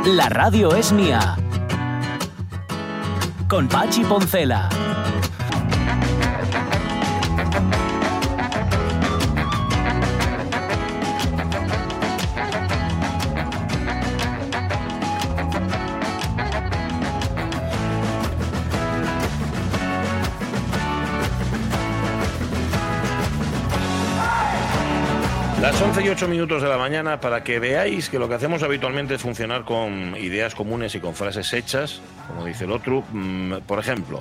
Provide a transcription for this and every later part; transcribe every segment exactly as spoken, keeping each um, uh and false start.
La radio es mía. Con Pachi Poncela. Las once y ocho minutos de la mañana, para que veáis que lo que hacemos habitualmente es funcionar con ideas comunes y con frases hechas, como dice el otro. Por ejemplo,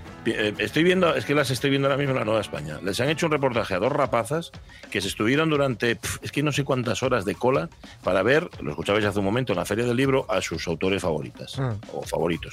estoy viendo, es que las estoy viendo ahora mismo en la Nueva España. Les han hecho un reportaje a dos rapazas que se estuvieron durante, es que no sé cuántas horas de cola para ver, lo escuchabais hace un momento en la Feria del Libro, a sus autores favoritas mm. o favoritos.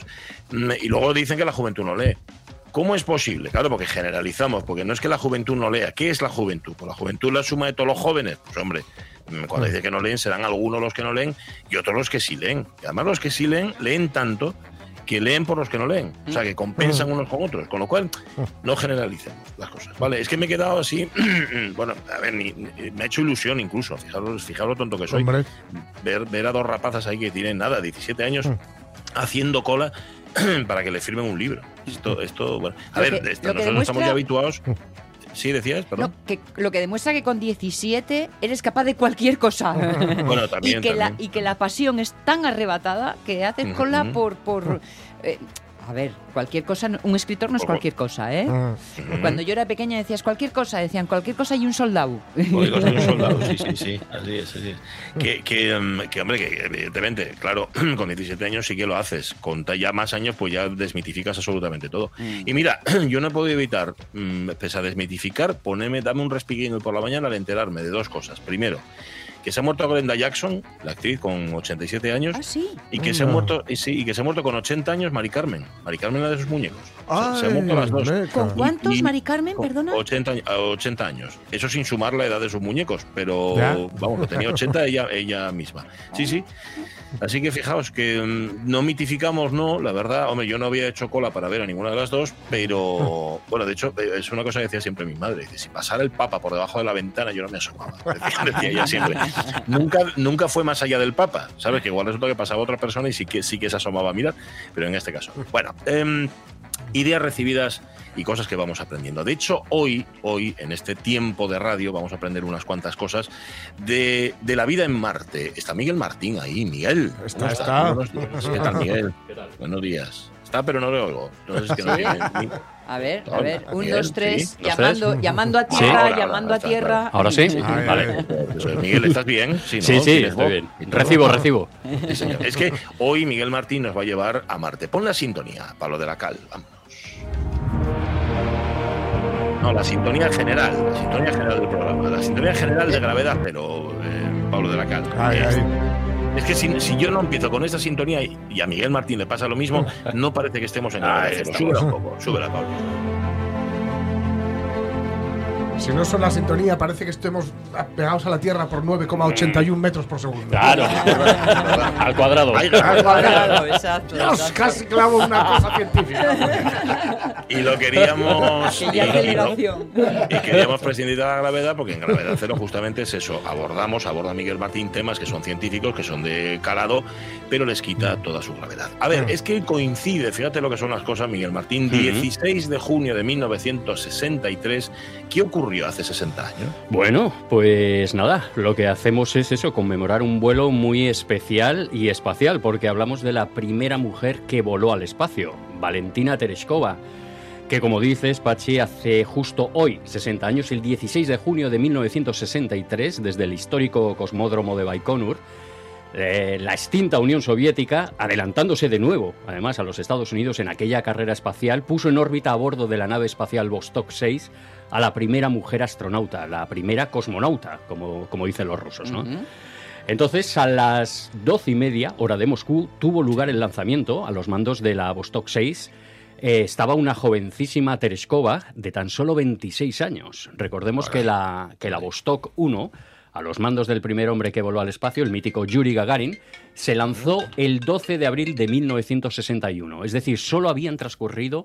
Y luego dicen que la juventud no lee. ¿Cómo es posible? Claro, porque generalizamos, porque no es que la juventud no lea. ¿Qué es la juventud? Pues la juventud es la suma de todos los jóvenes. Pues hombre, cuando dice que no leen, serán algunos los que no leen y otros los que sí leen. Y además los que sí leen, leen tanto que leen por los que no leen. O sea, que compensan unos con otros. Con lo cual, no generalicemos las cosas. Vale, es que me he quedado así, bueno, a ver, ni, ni, me ha hecho ilusión incluso, fijaros, fijaros lo tonto que soy. Ver, ver a dos rapazas ahí que tienen nada, diecisiete años, haciendo cola para que le firmen un libro. Esto, esto, bueno, a lo ver, que, esto, lo nosotros demuestra... estamos ya habituados. Sí, decías, perdón. No, que lo que demuestra que con diecisiete eres capaz de cualquier cosa. Bueno, también, y que también. la y que la pasión es tan arrebatada que haces cola uh-huh. por por eh, a ver, cualquier cosa, un escritor no es cualquier cosa, ¿eh? Uh-huh. Cuando yo era pequeña decías cualquier cosa, decían cualquier cosa y un soldado. Cualquier cosa y un soldado, sí, sí, sí, así es, así es. Que, que, um, que, hombre, que evidentemente, claro, con diecisiete años sí que lo haces, con ya más años pues ya desmitificas absolutamente todo. Mm. Y mira, yo no he podido evitar, um, pese a desmitificar, ponerme, dame un respiquín por la mañana al enterarme de dos cosas. Primero, que se ha muerto Glenda Jackson, la actriz, con ochenta y siete años. ¿Ah, sí? Y que, no. se ha muerto, y, sí, y que se ha muerto con ochenta años Mari Carmen. Mari Carmen, la de sus muñecos. Ay, se, se ha muerto las dos. ¿Con cuántos, y, y, Mari Carmen, perdona? ochenta, ochenta años. Eso sin sumar la edad de sus muñecos, pero ¿ya? Vamos, lo tenía ochenta ella, ella misma. Sí, sí. Así que fijaos que um, no mitificamos, no, la verdad, hombre, yo no había hecho cola para ver a ninguna de las dos, pero bueno, de hecho, es una cosa que decía siempre mi madre, dice, si pasara el Papa por debajo de la ventana, yo no me asomaba, decía, decía ella siempre. Nunca, nunca fue más allá del Papa, ¿sabes? Que igual resulta que pasaba otra persona y sí que, sí que se asomaba a mirar, pero en este caso. Bueno, eh, ideas recibidas y cosas que vamos aprendiendo. De hecho, hoy, hoy, en este tiempo de radio, vamos a aprender unas cuantas cosas de, de la vida en Marte. Está Miguel Martín ahí. Miguel. Está, está. está. ¿Qué tal, Miguel? ¿Qué tal? Buenos días. Está, pero no le oigo. No sé si es que no viene. A ver, a Hola, ver, un, Miguel, dos, tres, ¿sí? llamando, ¿Tres? llamando a tierra, Sí. Ahora, llamando ahora, a tierra. está, ¿Ahora sí? sí. Ay, vale. Ay. Miguel, ¿estás bien? Sí, ¿no? sí, sí estoy bien. Recibo, recibo. Sí, señor. Es que hoy Miguel Martín nos va a llevar a Marte. Pon la sintonía, Pablo de la Cal. Vamos. No, la sintonía general, la sintonía general del programa, la sintonía general de gravedad, pero eh, Pablo de la Cal. Ay, es, ay. es que si, si yo no empiezo con esta sintonía y, y a Miguel Martín le pasa lo mismo, no parece que estemos en gravedad cero. Súbela un poco, súbela, Pablo. Si no son la sintonía, parece que estemos pegados a la Tierra por nueve coma ochenta y uno metros por segundo. Claro, al cuadrado. Ay, Al cuadrado, exacto. Dios, exacto. casi clavo una cosa científica. Y lo queríamos. Que ya y, aceleración. y, y queríamos prescindir de la gravedad, porque en gravedad cero justamente es eso. Abordamos, aborda Miguel Martín temas que son científicos, que son de calado, pero les quita toda su gravedad. A ver, es que coincide, fíjate lo que son las cosas, Miguel Martín, dieciséis de junio de mil novecientos sesenta y tres. ¿Qué ocurrió hace sesenta años? Bueno, pues nada, lo que hacemos es eso, conmemorar un vuelo muy especial y espacial, porque hablamos de la primera mujer que voló al espacio, Valentina Tereshkova, que como dices, Pachi, hace justo hoy, sesenta años, el dieciséis de junio de mil novecientos sesenta y tres, desde el histórico cosmódromo de Baikonur, eh, la extinta Unión Soviética, adelantándose de nuevo, además, a los Estados Unidos en aquella carrera espacial, puso en órbita a bordo de la nave espacial Vostok seis a la primera mujer astronauta, la primera cosmonauta, como, como dicen los rusos, ¿no? Uh-huh. Entonces, a las doce y media, hora de Moscú, tuvo lugar el lanzamiento a los mandos de la Vostok seis. Eh, estaba una jovencísima Tereshkova de tan solo veintiséis años. Recordemos que la, que la Vostok uno, a los mandos del primer hombre que voló al espacio, el mítico Yuri Gagarin, se lanzó el doce de abril de mil novecientos sesenta y uno. Es decir, solo habían transcurrido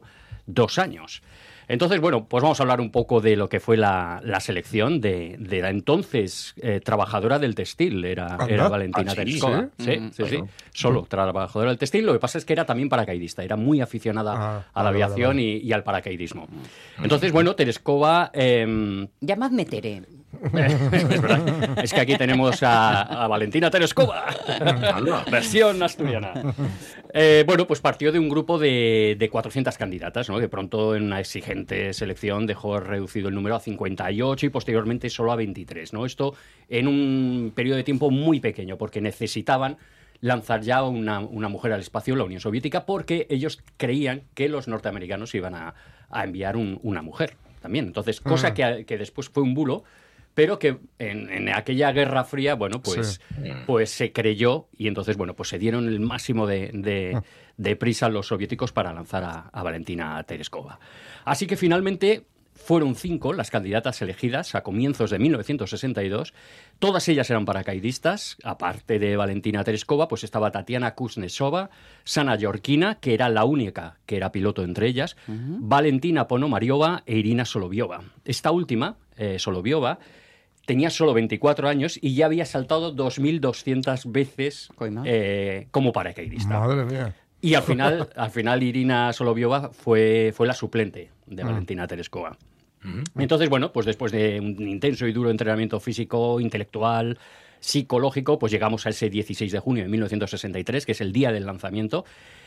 dos años. Entonces, bueno, pues vamos a hablar un poco de lo que fue la, la selección de, de la entonces eh, trabajadora del textil, era, era Valentina ¿Ah, sí? Tereshkova. ¿Sí? Sí, Mm, sí, sí. bueno. Solo trabajadora del textil. Lo que pasa es que era también paracaidista, era muy aficionada Ah, a la vale, aviación vale, Y, y al paracaidismo. Entonces, bueno, Tereshkova... Eh, Llamadme Tere. es verdad. Es que aquí tenemos a, a Valentina Tereshkova, versión asturiana. Eh, bueno, pues partió de un grupo de, de cuatrocientas candidatas, ¿no? Que pronto en una exigente selección dejó reducido el número a cincuenta y ocho y posteriormente solo a veintitrés, ¿no? Esto en un periodo de tiempo muy pequeño, porque necesitaban lanzar ya una, una mujer al espacio, la Unión Soviética, porque ellos creían que los norteamericanos iban a, a enviar un, una mujer también. Entonces, cosa Mm. que, que después fue un bulo, pero que en, en aquella Guerra Fría, bueno, pues, Sí. pues se creyó y entonces, bueno, pues se dieron el máximo de, de, de prisa los soviéticos para lanzar a, a Valentina Tereshkova. Así que finalmente fueron cinco las candidatas elegidas a comienzos de mil novecientos sesenta y dos. Todas ellas eran paracaidistas. Aparte de Valentina Tereshkova, pues estaba Tatiana Kuznetsova, Sana Yorkina, que era la única que era piloto entre ellas, uh-huh. Valentina Ponomariova e Irina Soloviova. Esta última, eh, Soloviova, tenía solo veinticuatro años y ya había saltado dos mil doscientas veces eh, como paracaidista. Madre mía. Y al final, al final Irina Soloviova fue, fue la suplente de Valentina Tereshkova. Entonces, bueno, pues después de un intenso y duro entrenamiento físico, intelectual, psicológico, pues llegamos a ese dieciséis de junio de mil novecientos sesenta y tres, que es el día del lanzamiento.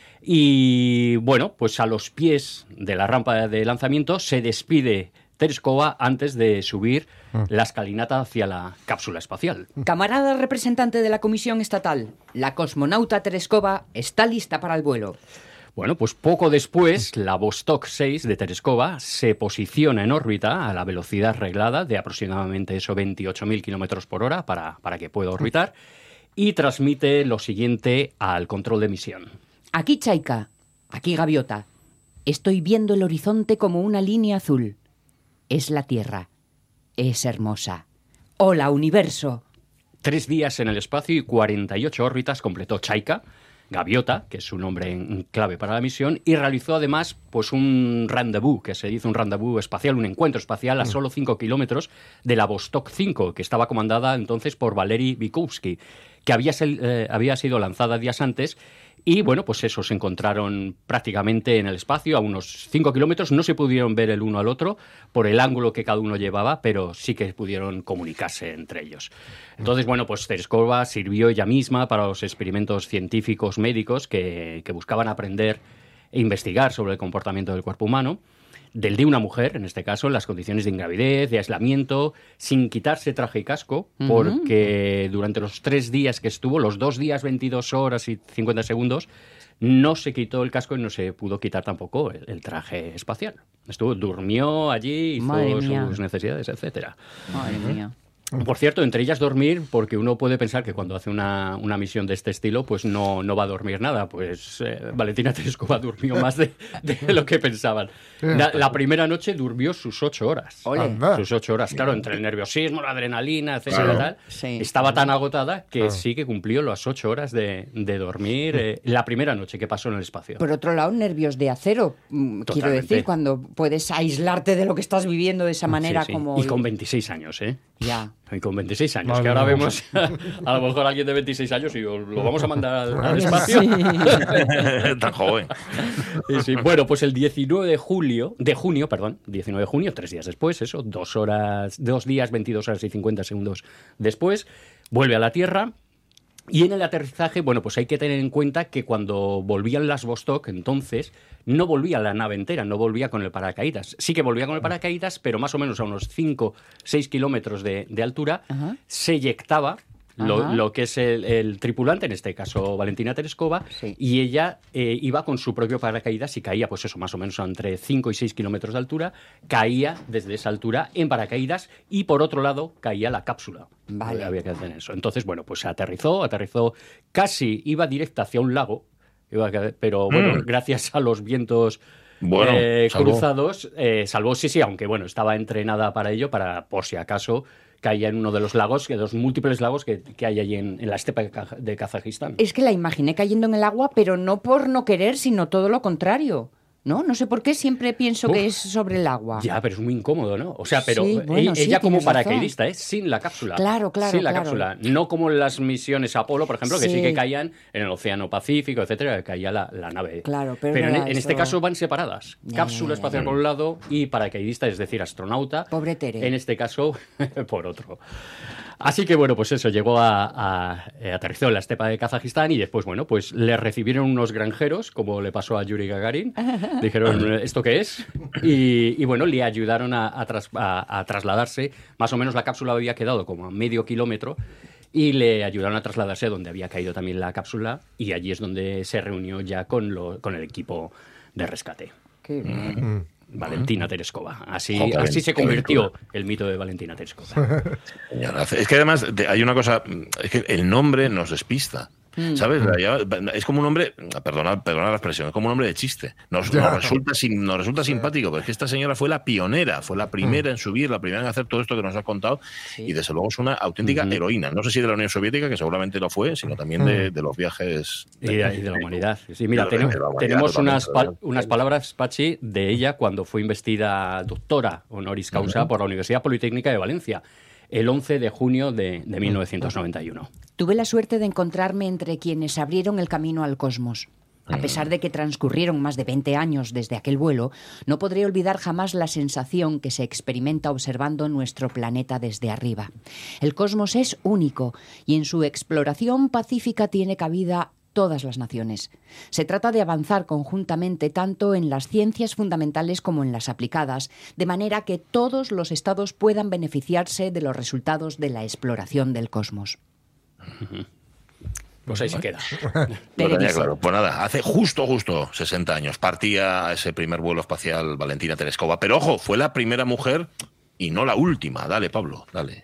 Y bueno, pues a los pies de la rampa de lanzamiento se despide Tereshkova antes de subir la escalinata hacia la cápsula espacial. Camarada representante de la Comisión Estatal, la cosmonauta Tereshkova está lista para el vuelo. Bueno, pues poco después, la Vostok seis de Tereshkova se posiciona en órbita a la velocidad reglada de aproximadamente eso veintiocho mil kilómetros por hora para, para que pueda orbitar y transmite lo siguiente al control de misión. Aquí Chaika, aquí Gaviota. Estoy viendo el horizonte como una línea azul. Es la Tierra. Es hermosa. ¡Hola, universo! Tres días en el espacio y cuarenta y ocho órbitas completó Chaika, Gaviota, que es su nombre en clave para la misión, y realizó además pues un rendezvous, que se dice un rendezvous espacial, un encuentro espacial a solo cinco kilómetros de la Vostok cinco, que estaba comandada entonces por Valery Vygotsky, que había, eh, había sido lanzada días antes. Y bueno, pues eso, se encontraron prácticamente en el espacio a unos cinco kilómetros. No se pudieron ver el uno al otro por el ángulo que cada uno llevaba, pero sí que pudieron comunicarse entre ellos. Entonces, bueno, pues Tereshkova sirvió ella misma para los experimentos científicos médicos que, que buscaban aprender e investigar sobre el comportamiento del cuerpo humano, del de una mujer, en este caso, en las condiciones de ingravidez, de aislamiento, sin quitarse traje y casco, uh-huh. porque durante los tres días que estuvo, los dos días, veintidós horas y cincuenta segundos, no se quitó el casco y no se pudo quitar tampoco el, el traje espacial. Estuvo, durmió allí, hizo Madre sus mía. necesidades, etcétera. Madre mía. Por cierto, entre ellas dormir, porque uno puede pensar que cuando hace una, una misión de este estilo, pues no, no va a dormir nada. Pues eh, Valentina Tereshkova durmió más de, de lo que pensaban. La, la primera noche durmió sus ocho horas. Ole. Sus ocho horas, claro, entre el nerviosismo, la adrenalina, etcétera, Claro. tal. Sí. Estaba tan agotada que Claro. sí que cumplió las ocho horas de, de dormir eh, la primera noche que pasó en el espacio. Por otro lado, nervios de acero. mm, Quiero Totalmente. decir, cuando puedes aislarte de lo que estás viviendo de esa manera Sí, sí. como... Y con veintiséis años, ¿eh? Ya. Y con veintiséis años, Madre que ahora mía. vemos a lo mejor alguien de veintiséis años y lo lo vamos a mandar al, al espacio. Tan joven. Sí, sí. Bueno, pues el diecinueve de julio, de junio, perdón, diecinueve de junio, tres días después, eso, dos horas, dos días, veintidós horas y cincuenta segundos después, vuelve a la Tierra. Y en el aterrizaje, bueno, pues hay que tener en cuenta que cuando volvían las Vostok, entonces, no volvía la nave entera, no volvía con el paracaídas. Sí que volvía con el paracaídas, pero más o menos a unos cinco seis kilómetros de, de altura, Ajá. se eyectaba lo, Ajá. lo que es el, el tripulante, en este caso Valentina Tereshkova, Sí. y ella eh, iba con su propio paracaídas y caía, pues eso, más o menos entre cinco y seis kilómetros de altura, caía desde esa altura en paracaídas y por otro lado caía la cápsula. Vale. Había que hacer eso. Entonces, bueno, pues aterrizó, aterrizó, casi iba directa hacia un lago, iba a- pero bueno, Mm. gracias a los vientos Bueno, eh, salvó. cruzados, eh, salvó, sí, sí, aunque bueno, estaba entrenada para ello, para por si acaso caía en uno de los lagos, que de los múltiples lagos que, que hay allí en, en la estepa de, Kaj- de Kazajistán. Es que la imaginé cayendo en el agua, pero no por no querer, sino todo lo contrario. ¿no? No sé por qué siempre pienso Uf. que es sobre el agua. Ya, pero es muy incómodo, ¿no? O sea, pero Sí, bueno, e- sí, ella como tienes razón. paracaidista, ¿eh? Sin la cápsula. Claro, claro, Sin la claro. cápsula. No como en las misiones Apolo, por ejemplo, que sí Sí. que caían en el Océano Pacífico, etcétera, que caía la, la nave. Claro, pero en, era en este eso. caso van separadas. Ya, Cápsula ya, ya, espacial ya. por un lado y paracaidista, es decir, astronauta. Pobre Tere. En este caso, por otro. Así que bueno, pues eso, llegó a, a- eh, aterrizó en la estepa de Kazajistán y después, bueno, pues le recibieron unos granjeros, como le pasó a Yuri Gagarin. Dijeron, ¿esto qué es? Y, y, bueno, le ayudaron a, a tras- a- a trasladarse. Más o menos la cápsula había quedado como a medio kilómetro y le ayudaron a trasladarse a donde había caído también la cápsula y allí es donde se reunió ya con, lo- con el equipo de rescate. Qué bien. Valentina Tereskova. Así, Joder, así se qué convirtió aventura. el mito de Valentina Tereskova. Señora, es que además de- hay una cosa, es que el nombre nos despista. ¿Sabes? Ya- Es como un hombre, perdona, perdona la expresión, es como un hombre de chiste. Nos, nos resulta, sim- nos resulta simpático, pero es que esta señora fue la pionera, fue la primera en subir, la primera en hacer todo esto que nos has contado, y desde luego es una auténtica Ujú. heroína. No sé si de la Unión Soviética, que seguramente lo fue, sino también de, de los viajes. Y de, y de la humanidad. Sí, mira, De la- tenem- de la humanidad, tenemos totalmente, unas, pa- ¿verdad? unas palabras, Pachi, de ella cuando fue investida doctora honoris causa por la Universidad Politécnica de Valencia, el once de junio de, de mil novecientos noventa y uno. Tuve la suerte de encontrarme entre quienes abrieron el camino al cosmos. A pesar de que transcurrieron más de veinte años desde aquel vuelo, no podré olvidar jamás la sensación que se experimenta observando nuestro planeta desde arriba. El cosmos es único y en su exploración pacífica tiene cabida todas las naciones. Se trata de avanzar conjuntamente tanto en las ciencias fundamentales como en las aplicadas, de manera que todos los estados puedan beneficiarse de los resultados de la exploración del cosmos. Pues ahí se queda. Lo tenía Televisa. claro. Pues nada, hace justo, justo sesenta años partía ese primer vuelo espacial Valentina Tereskova. Pero ojo, fue la primera mujer y no la última. Dale, Pablo, dale.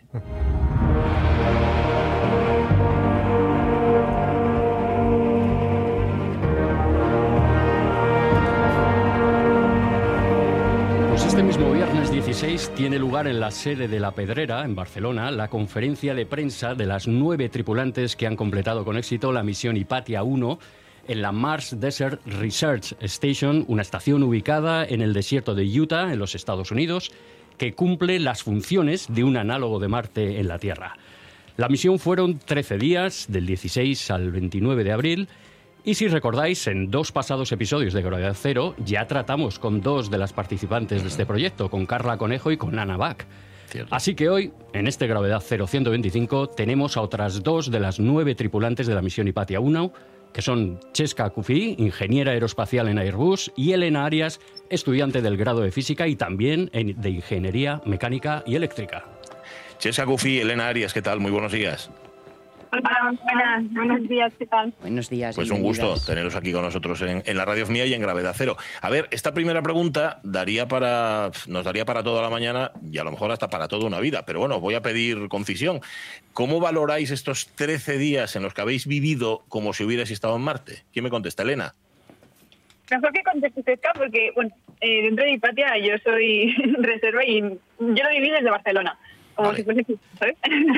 Pues este mismo viernes dieciséis tiene lugar en la sede de La Pedrera, en Barcelona, la conferencia de prensa de las nueve tripulantes que han completado con éxito la misión Hipatia uno en la Mars Desert Research Station, una estación ubicada en el desierto de Utah, en los Estados Unidos, que cumple las funciones de un análogo de Marte en la Tierra. La misión fueron trece días, del dieciséis al veintinueve de abril, y si recordáis, en dos pasados episodios de Gravedad Cero ya tratamos con dos de las participantes de este proyecto, con Carla Conejo y con Ana Bach. Cierto. Así que hoy, en este Gravedad Cero ciento veinticinco, tenemos a otras dos de las nueve tripulantes de la misión Hipatia uno, que son Cheska Kufi, ingeniera aeroespacial en Airbus, y Elena Arias, estudiante del grado de Física y también en- de Ingeniería Mecánica y Eléctrica. Cheska Kufi, Elena Arias, ¿qué tal? Muy buenos días. Hola, buenas, buenos días, ¿qué tal? Buenos días. Pues un gusto bienvenidas. teneros aquí con nosotros en, en la Radio Mía y en Gravedad Cero. A ver, esta primera pregunta daría para, nos daría para toda la mañana y a lo mejor hasta para toda una vida, pero bueno, voy a pedir concisión. ¿Cómo valoráis estos trece días en los que habéis vivido como si hubierais estado en Marte? ¿Quién me contesta, Elena? Mejor que contestes esta porque, bueno, eh, dentro de Hipatia yo soy reserva y yo lo viví desde Barcelona, como Vale. si fuese, ¿sabes?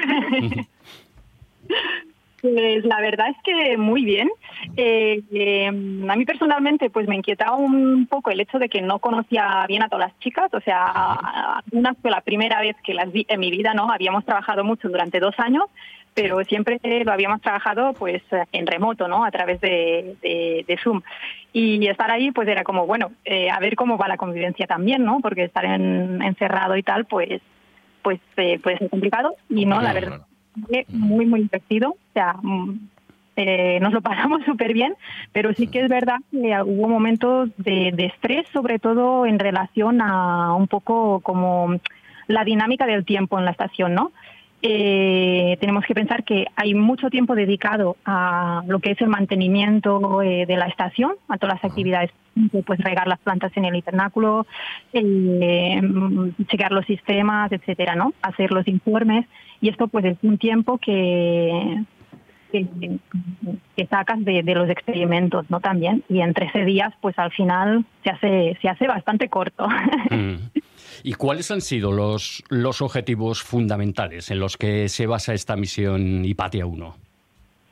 Pues la verdad es que muy bien. Eh, eh, a mí personalmente pues me inquietaba un poco el hecho de que no conocía bien a todas las chicas, o sea, una fue la primera vez que las vi en mi vida, ¿no? Habíamos trabajado mucho durante dos años, pero siempre lo habíamos trabajado pues en remoto, ¿no? A través de, de, de Zoom. Y estar ahí pues era como, bueno, eh, a ver cómo va la convivencia también, ¿no? Porque estar en, encerrado y tal, pues pues eh, puede ser complicado. Y no, la verdad, muy, muy divertido. O sea, eh, nos lo pasamos súper bien, pero sí que es verdad que hubo momentos de, de estrés, sobre todo en relación a un poco como la dinámica del tiempo en la estación, ¿no? Eh, tenemos que pensar que hay mucho tiempo dedicado a lo que es el mantenimiento eh, de la estación, a todas las actividades, pues regar las plantas en el hipernáculo, eh, chequear los sistemas, etcétera, ¿no? Hacer los informes, y esto pues es un tiempo que que, que sacas de, de los experimentos, ¿no? También, y en trece días pues al final se hace se hace bastante corto. Mm. ¿Y cuáles han sido los, los objetivos fundamentales en los que se basa esta misión Hipatia uno?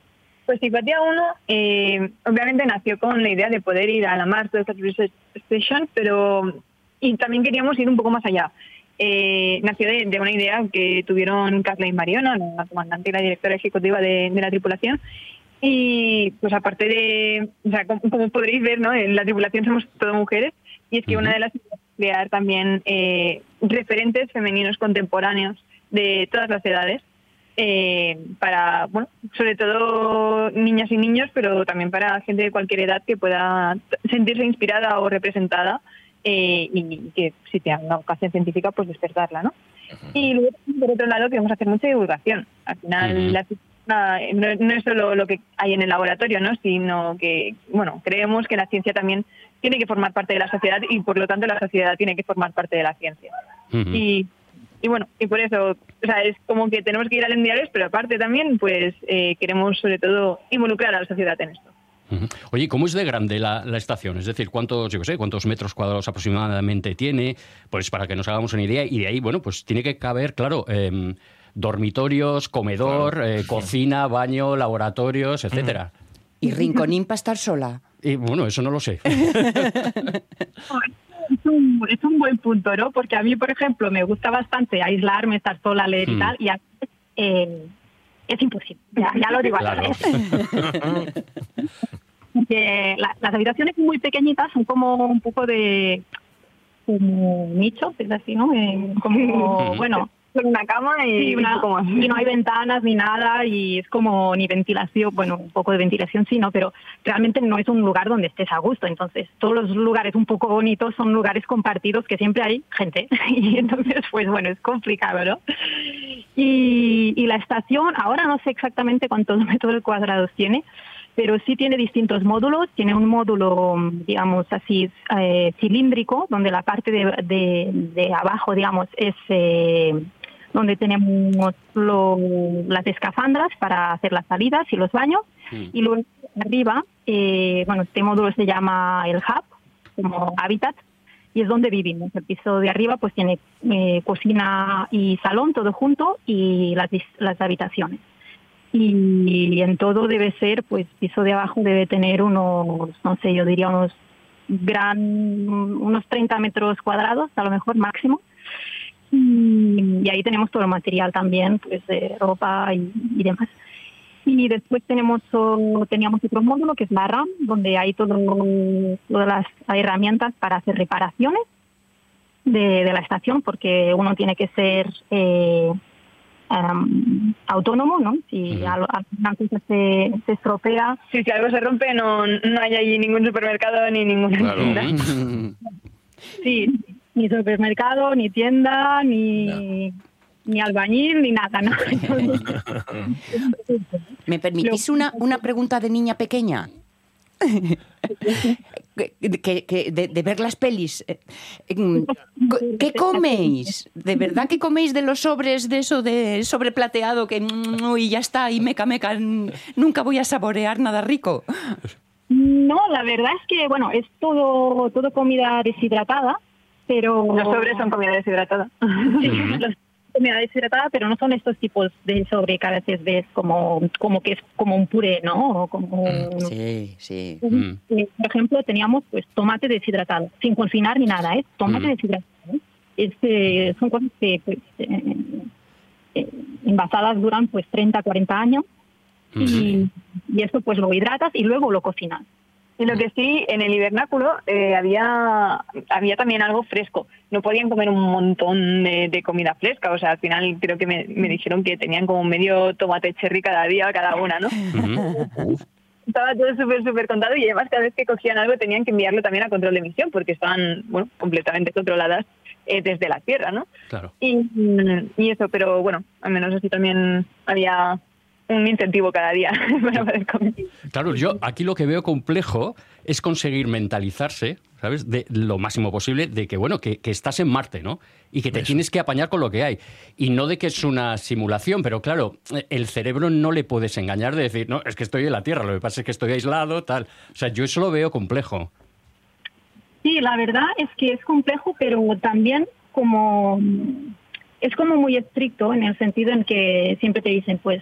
Pues Hipatia uno eh, obviamente nació con la idea de poder ir a la Mars Research Station, pero y también queríamos ir un poco más allá. Eh, nació de, de una idea que tuvieron Kathleen Mariona, la comandante y la directora ejecutiva de, de la tripulación. Y pues aparte de, o sea, como, como podréis ver, ¿no? En la tripulación somos todas mujeres, y es que uh-huh. una de las ideas es crear también eh, referentes femeninos contemporáneos de todas las edades, eh, para, bueno, sobre todo niñas y niños, pero también para gente de cualquier edad que pueda sentirse inspirada o representada, eh, y que si te dan una vocación científica, pues despertarla, ¿no? Uh-huh. Y luego, por otro lado, queremos hacer mucha divulgación. Al final, uh-huh. la No, no es solo lo que hay en el laboratorio, ¿no? Sino que, bueno, creemos que la ciencia también tiene que formar parte de la sociedad y, por lo tanto, la sociedad tiene que formar parte de la ciencia. Uh-huh. Y, y, bueno, y por eso, o sea, es como que tenemos que ir al diarios, pero aparte también, pues, eh, queremos, sobre todo, involucrar a la sociedad en esto. Uh-huh. Oye, ¿cómo es de grande la, la estación? Es decir, ¿cuántos, yo qué sé, cuántos metros cuadrados aproximadamente tiene? Pues para que nos hagamos una idea. Y de ahí, bueno, pues tiene que caber, claro... Eh, dormitorios, comedor, claro. eh, cocina, baño, laboratorios, etcétera. ¿Y rinconín para estar sola? Y bueno, eso no lo sé. Es un, es un buen punto, ¿no? Porque a mí, por ejemplo, me gusta bastante aislarme, estar sola, leer y mm. tal, y a veces eh, es imposible. Ya, ya lo digo. Claro. Porque la, las habitaciones muy pequeñitas son como un poco de... como nicho, es así, ¿no? Eh, como, bueno... con una cama y, sí, una, como... y no hay ventanas ni nada, y es como ni ventilación, bueno, un poco de ventilación sí, ¿no? Pero realmente no es un lugar donde estés a gusto. Entonces, todos los lugares un poco bonitos son lugares compartidos que siempre hay gente. Y entonces, pues bueno, es complicado, ¿no? Y, y la estación, ahora no sé exactamente cuántos metros cuadrados tiene, pero sí tiene distintos módulos. Tiene un módulo, digamos así, eh, cilíndrico, donde la parte de, de, de abajo, digamos, es... Eh, donde tenemos lo, las escafandras para hacer las salidas y los baños. Sí. Y luego arriba, eh, bueno, este módulo se llama el hub, como hábitat, y es donde vivimos. El piso de arriba pues tiene eh, cocina y salón, todo junto, y las, las habitaciones. Y, y en todo debe ser, pues, piso de abajo debe tener unos, no sé, yo diría unos gran, unos treinta metros cuadrados, a lo mejor máximo. Y ahí tenemos todo el material también, pues de ropa y, y demás. Y después tenemos o, teníamos otro módulo que es la RAM, donde hay todo, todas las herramientas para hacer reparaciones de, de la estación, porque uno tiene que ser eh, um, autónomo, ¿no? Si uh-huh. alguna cosa se, se estropea. Sí, si algo se rompe, no, no hay allí ningún supermercado ni ninguna claro. tienda. Sí. Ni supermercado, ni tienda, ni, no. ni albañil, ni nada, ¿no? ¿Me permitís una, una pregunta de niña pequeña? que, que de, de ver las pelis. ¿Qué coméis? ¿De verdad que coméis de los sobres, de eso de sobre plateado que y ya está, y meca meca, nunca voy a saborear nada rico? No, la verdad es que, bueno, es todo, todo comida deshidratada. Pero los sobres son comida deshidratada. Sí, los comida deshidratada, pero no son estos tipos de sobre que a veces ves como, como que es como un puré, ¿no? O como, sí, sí. Un, eh, por ejemplo, teníamos pues tomate deshidratado, sin cocinar ni nada, ¿eh? Tomate mm. deshidratado. Es, eh, son cosas que pues, eh, eh, envasadas duran pues treinta, cuarenta años mm. y, y eso pues lo hidratas y luego lo cocinas. Y lo que sí, en el hibernáculo eh, había había también algo fresco. No podían comer un montón de, de comida fresca. O sea, al final creo que me, me dijeron que tenían como medio tomate cherry cada día, cada una, ¿no? Uh-huh. Estaba todo súper, súper contado, y además cada vez que cogían algo tenían que enviarlo también a control de emisión, porque estaban, bueno, completamente controladas eh, desde la Tierra, ¿no? Claro. Y, y eso, pero bueno, al menos así también había... un incentivo cada día para poder comer. Claro, yo aquí lo que veo complejo es conseguir mentalizarse, ¿sabes?, de lo máximo posible de que, bueno, que, que estás en Marte, ¿no? Y que te Eso. tienes que apañar con lo que hay. Y no de que es una simulación, pero claro, el cerebro no le puedes engañar de decir, no, es que estoy en la Tierra, lo que pasa es que estoy aislado, tal. O sea, yo eso lo veo complejo. Sí, la verdad es que es complejo, pero también como... es como muy estricto en el sentido en que siempre te dicen, pues,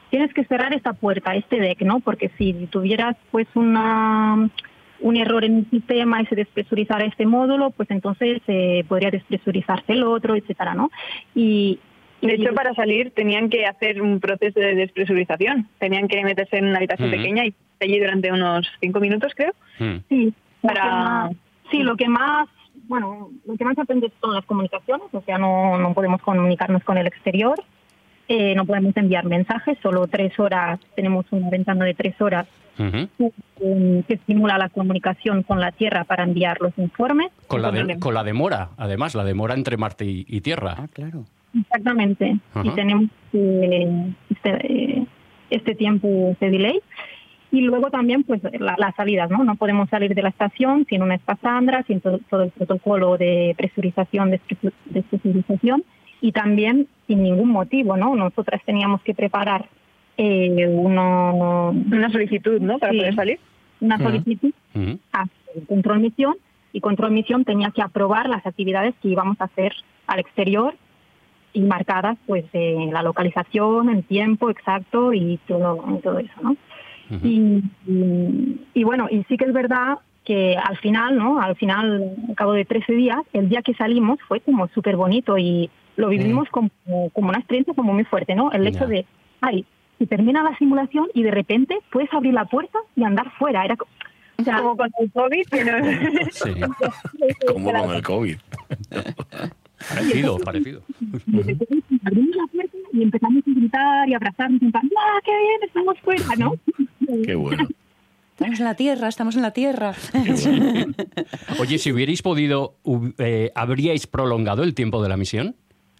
tienes que cerrar esta puerta, este deck, ¿no? Porque si tuvieras pues una un error en el sistema y se despresurizara este módulo, pues entonces eh, podría despresurizarse el otro, etcétera, ¿no? Y de hecho, para salir tenían que hacer un proceso de despresurización. Tenían que meterse en una habitación uh-huh. pequeña y allí durante unos cinco minutos, creo. Uh-huh. Sí, para... sí, lo que más, bueno, lo que más aprende son las comunicaciones, o sea, no, no podemos comunicarnos con el exterior, eh, no podemos enviar mensajes, solo tres horas, tenemos una ventana de tres horas uh-huh. que, que estimula la comunicación con la Tierra para enviar los informes. Con la, de, con la demora, además, la demora entre Marte y, y Tierra. Ah, claro. Exactamente, uh-huh. y tenemos eh, este, este tiempo de delay. Y luego también pues la, las salidas, ¿no? No podemos salir de la estación sin una espasandra, sin todo, todo el protocolo de presurización, despresurización, y también sin ningún motivo, ¿no? Nosotras teníamos que preparar eh, uno, una solicitud, ¿no? Para sí, poder salir. Una solicitud uh-huh. a control misión, y control misión tenía que aprobar las actividades que íbamos a hacer al exterior y marcadas pues eh, la localización, el tiempo exacto y todo, y todo eso, ¿no? Uh-huh. Y, y, y bueno, y sí que es verdad que al final, ¿no? Al final, al cabo de trece días, el día que salimos fue como súper bonito y lo vivimos uh-huh. como, como una experiencia como muy fuerte, ¿no? El hecho yeah. de, ay, si termina la simulación y de repente puedes abrir la puerta y andar fuera. Era o sea, como con el COVID. Pero... Sí, como con el COVID. Parecido, parecido. Abrimos la puerta y empezamos a gritar y abrazarnos y ¡ah, qué bien! Estamos fuera, ¿no? Qué bueno. Estamos en la Tierra, estamos en la Tierra. Bueno. Oye, si hubierais podido, eh, ¿habríais prolongado el tiempo de la misión?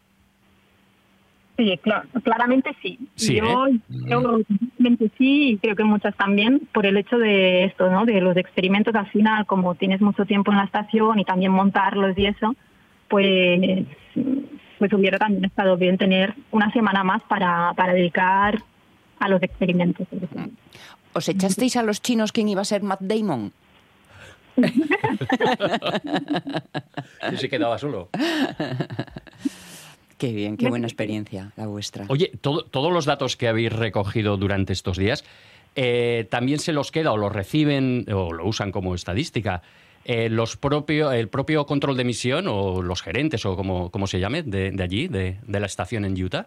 Sí, claro, claramente sí. Sí, Yo ¿eh? creo claramente sí, y creo que muchas también, por el hecho de esto, ¿no? De los experimentos al final, como tienes mucho tiempo en la estación y también montarlos y eso, pues, pues hubiera también estado bien tener una semana más para, para dedicar a los experimentos. ¿Os echasteis a los chinos quién iba a ser Matt Damon? Y se quedaba solo. Qué bien, qué buena experiencia la vuestra. Oye, todo, todos los datos que habéis recogido durante estos días, eh, ¿también se los queda o los reciben o lo usan como estadística eh, los propio, el propio control de misión o los gerentes o como, como se llame de, de allí, de, de la estación en Utah?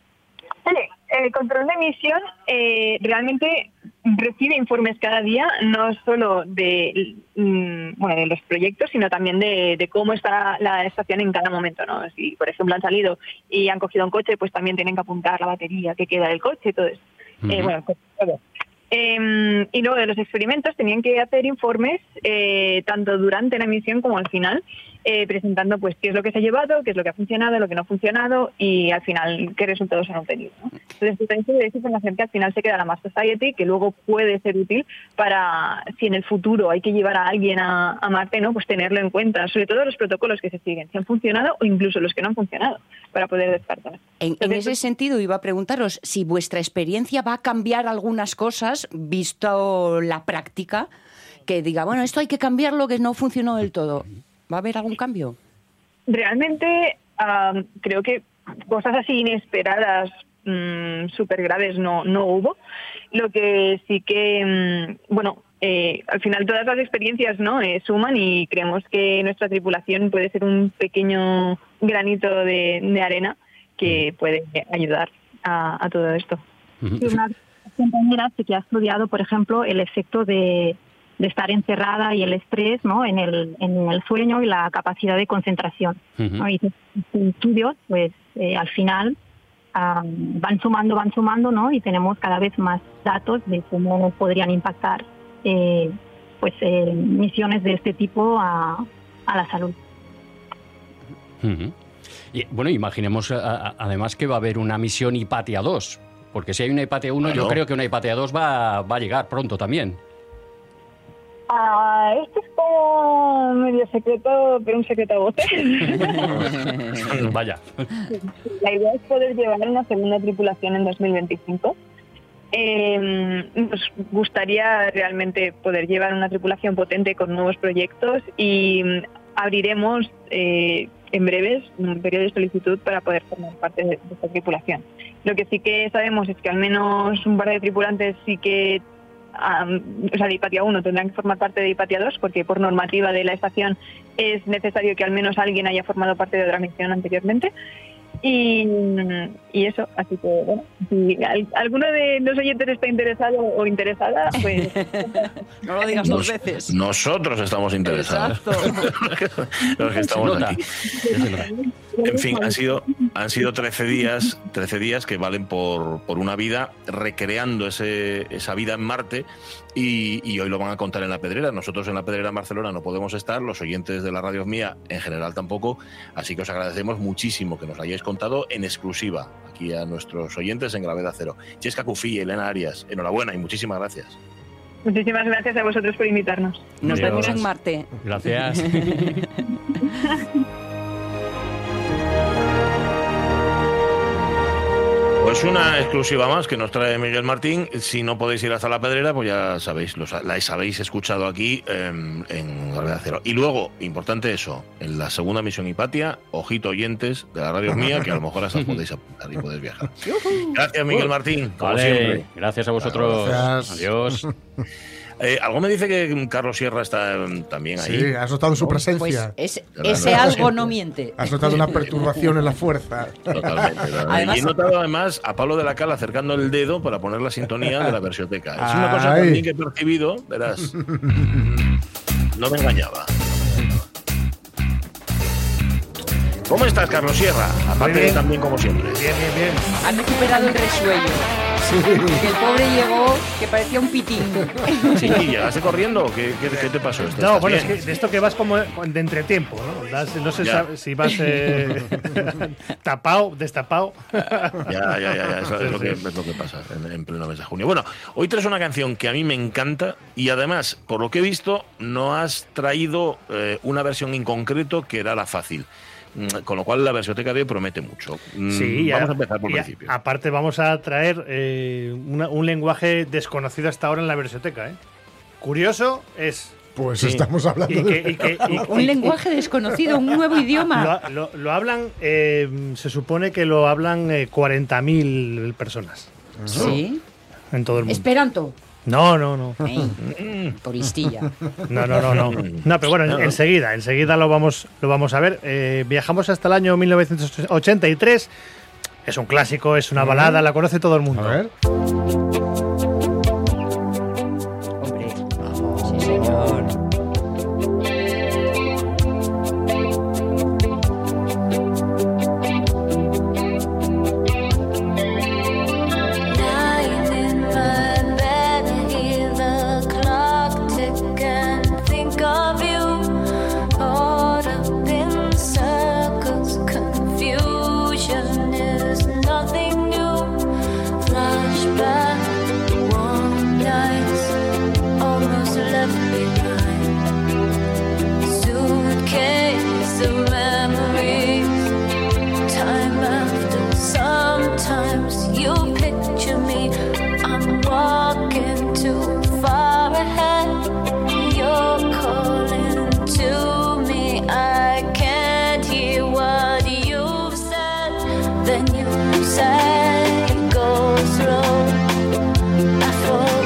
El control de misión eh, realmente recibe informes cada día, no solo de, mm, bueno, de los proyectos, sino también de, de cómo está la estación en cada momento, ¿no? Si, por ejemplo, han salido y han cogido un coche, pues también tienen que apuntar la batería que queda del coche y todo eso. Uh-huh. Eh, bueno, todo. Eh, y luego de los experimentos tenían que hacer informes eh, tanto durante la misión como al final, eh, presentando pues qué es lo que se ha llevado, qué es lo que ha funcionado, lo que no ha funcionado y al final qué resultados han obtenido, ¿no? Entonces también de esa información que al final se queda en la Mars Society, que luego puede ser útil para si en el futuro hay que llevar a alguien a, a Marte, ¿no? Pues tenerlo en cuenta, sobre todo los protocolos que se siguen, si han funcionado o incluso los que no han funcionado, para poder descartar. En, Entonces, en ese pues, sentido iba a preguntaros si vuestra experiencia va a cambiar algunas cosas, visto la práctica, que diga, bueno, esto hay que cambiarlo, que no funcionó del todo. ¿Va a haber algún cambio? Realmente um, creo que cosas así inesperadas, um, súper graves, no, no hubo. Lo que sí que, um, bueno, eh, al final todas las experiencias, ¿no? eh, suman y creemos que nuestra tripulación puede ser un pequeño granito de, de arena que puede ayudar a, a todo esto. Uh-huh. Y una compañera sí que ha estudiado, por ejemplo, el efecto de, de estar encerrada y el estrés, ¿no? en, el, en el sueño y la capacidad de concentración. Uh-huh. ¿no? Y estos estudios, pues, eh, al final um, van sumando, van sumando, ¿no? Y tenemos cada vez más datos de cómo podrían impactar eh, pues, eh, misiones de este tipo a, a la salud. Uh-huh. Y, bueno, imaginemos a, a, además que va a haber una misión Hipatia dos. Porque si hay una Hipatia uno, claro, yo creo que una Hipatia dos va, va a llegar pronto también. Ah, esto es como medio secreto, pero un secreto a voces. Vaya. La idea es poder llevar una segunda tripulación en dos mil veinticinco. Eh, nos gustaría realmente poder llevar una tripulación potente con nuevos proyectos y abriremos... Eh, en breves un periodo de solicitud para poder formar parte de, de esta tripulación. Lo que sí que sabemos es que al menos un par de tripulantes sí que, um, o sea, de Hipatia uno tendrán que formar parte de Hipatia dos, porque por normativa de la estación es necesario que al menos alguien haya formado parte de otra misión anteriormente. Y, y eso, así que bueno, si alguno de los oyentes está interesado o interesada, pues no lo digas dos veces. Nosotros estamos interesados. Exacto. Los que estamos aquí. En fin, han sido, han sido trece días, trece días que valen por, por una vida recreando ese, esa vida en Marte y, y hoy lo van a contar en La Pedrera. Nosotros en La Pedrera en Barcelona no podemos estar, los oyentes de la Radio Mía en general tampoco, así que os agradecemos muchísimo que nos lo hayáis contado en exclusiva aquí a nuestros oyentes en Gravedad Cero. Chesca Cufí, Elena Arias, enhorabuena y muchísimas gracias. Muchísimas gracias a vosotros por invitarnos. Nos Adiós. vemos en Marte. Gracias. Pues una exclusiva más que nos trae Miguel Martín. Si no podéis ir hasta La Pedrera, pues ya sabéis, los, la habéis escuchado aquí eh, en Gravedad Cero. Y luego, importante eso, en la segunda misión Hipatia, ojito oyentes de la Radio Mía, que a lo mejor hasta podéis apuntar y podéis viajar. Gracias, Miguel Martín, como Vale, siempre. gracias a vosotros. Gracias. Adiós. Eh, algo me dice que Carlos Sierra está eh, también ahí. Sí, has notado su Pues presencia. es- Claro, ese no, algo sí. no miente. Has notado una perturbación en la fuerza. Totalmente. totalmente. Además- y he notado además a Pablo de la Cal acercando el dedo para poner la sintonía de la versioteca. Es una cosa Ay. también que he percibido, verás. No me engañaba. ¿Cómo estás, Carlos Sierra? Aparte bien. también como siempre. Bien, bien, bien. Han recuperado el resuello. Que el pobre llegó que parecía un pitín. Sí, ¿llegaste corriendo? ¿Qué, qué, qué te pasó? ¿Estás No, bueno, es bien? que de esto que vas como de entretiempo, ¿no? Das- no se Ya. sabe si vas eh, tapado, destapado. Ya, ya, ya, ya, eso es, Sí, lo que, sí. es lo que pasa en, en pleno mes de junio. Bueno, hoy traes una canción que a mí me encanta y además, por lo que he visto, no has traído eh, una versión en concreto que era la fácil. Mm, Con lo cual la versioteca de hoy promete mucho. Mm, Sí, Vamos a- a empezar por el y a- principio. Aparte vamos a traer eh, una- un lenguaje desconocido hasta ahora en la versioteca, ¿eh? Curioso es... Pues Sí. estamos hablando Y que, de... y que- y- Un y- lenguaje desconocido, un nuevo idioma. Lo, lo- lo hablan, eh, se supone que lo hablan eh, cuarenta mil personas Sí. en todo el mundo. Esperanto. No, no, no. Ey, por Istilla. No, no, no, no. No, pero bueno, en- enseguida, enseguida lo vamos, lo vamos a ver. Eh, viajamos hasta el año mil novecientos ochenta y tres. Es un clásico, es una balada, la conoce todo el mundo. A ver. Hombre. Sí, señor. Lying in my bed, I hear the clock tick and think of you. Caught up in circles, confusion is nothing new. Flashback, warm nights, almost left behind. Suitcase of memories. Time after, sometimes you picture me. I'm walking too far ahead. You're calling to me. I can't hear what you've said. Then you say, go slow. I fall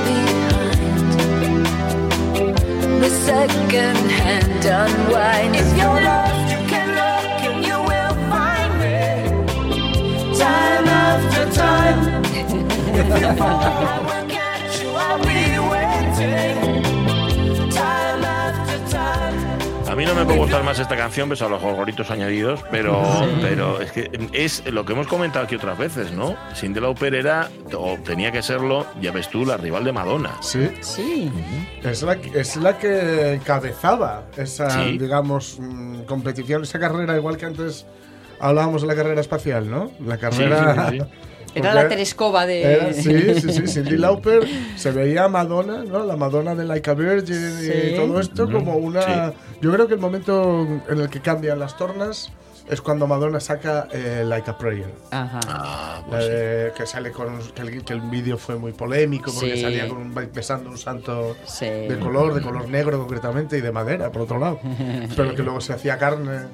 behind. The second hand unwind. If you're lost, you can look and you will find me. Time after time. If you fall, I will catch you. I'll be waiting. Time after time. A mí no me puede gustar más esta canción, pese a los gorgoritos añadidos, pero, pero es que es lo que hemos comentado aquí otras veces, ¿no? Cyndi Lauper era, o tenía que serlo, ya ves tú, la rival de Madonna. Sí. Sí. Es la, que- es la que encabezaba esa, Sí. digamos, mm, competición, esa carrera, igual que antes hablábamos de la carrera espacial, ¿no? La carrera... sí, sí, sí. Era Porque la Terescova de. era- sí, sí, sí. Cyndi Lauper se veía a Madonna, ¿no? La Madonna de Like a Virgin Sí. y todo esto Ujú, como una. sí. Yo creo que el momento en el que cambian las tornas es cuando Madonna saca eh, Like a Prayer. Ajá. Ah, La pues sí. de- que sale con un- que el, que el vídeo fue muy polémico porque Sí. salía con un, besando un santo Sí. de color, de color negro concretamente y de madera, por otro lado. Pero que luego se hacía carne.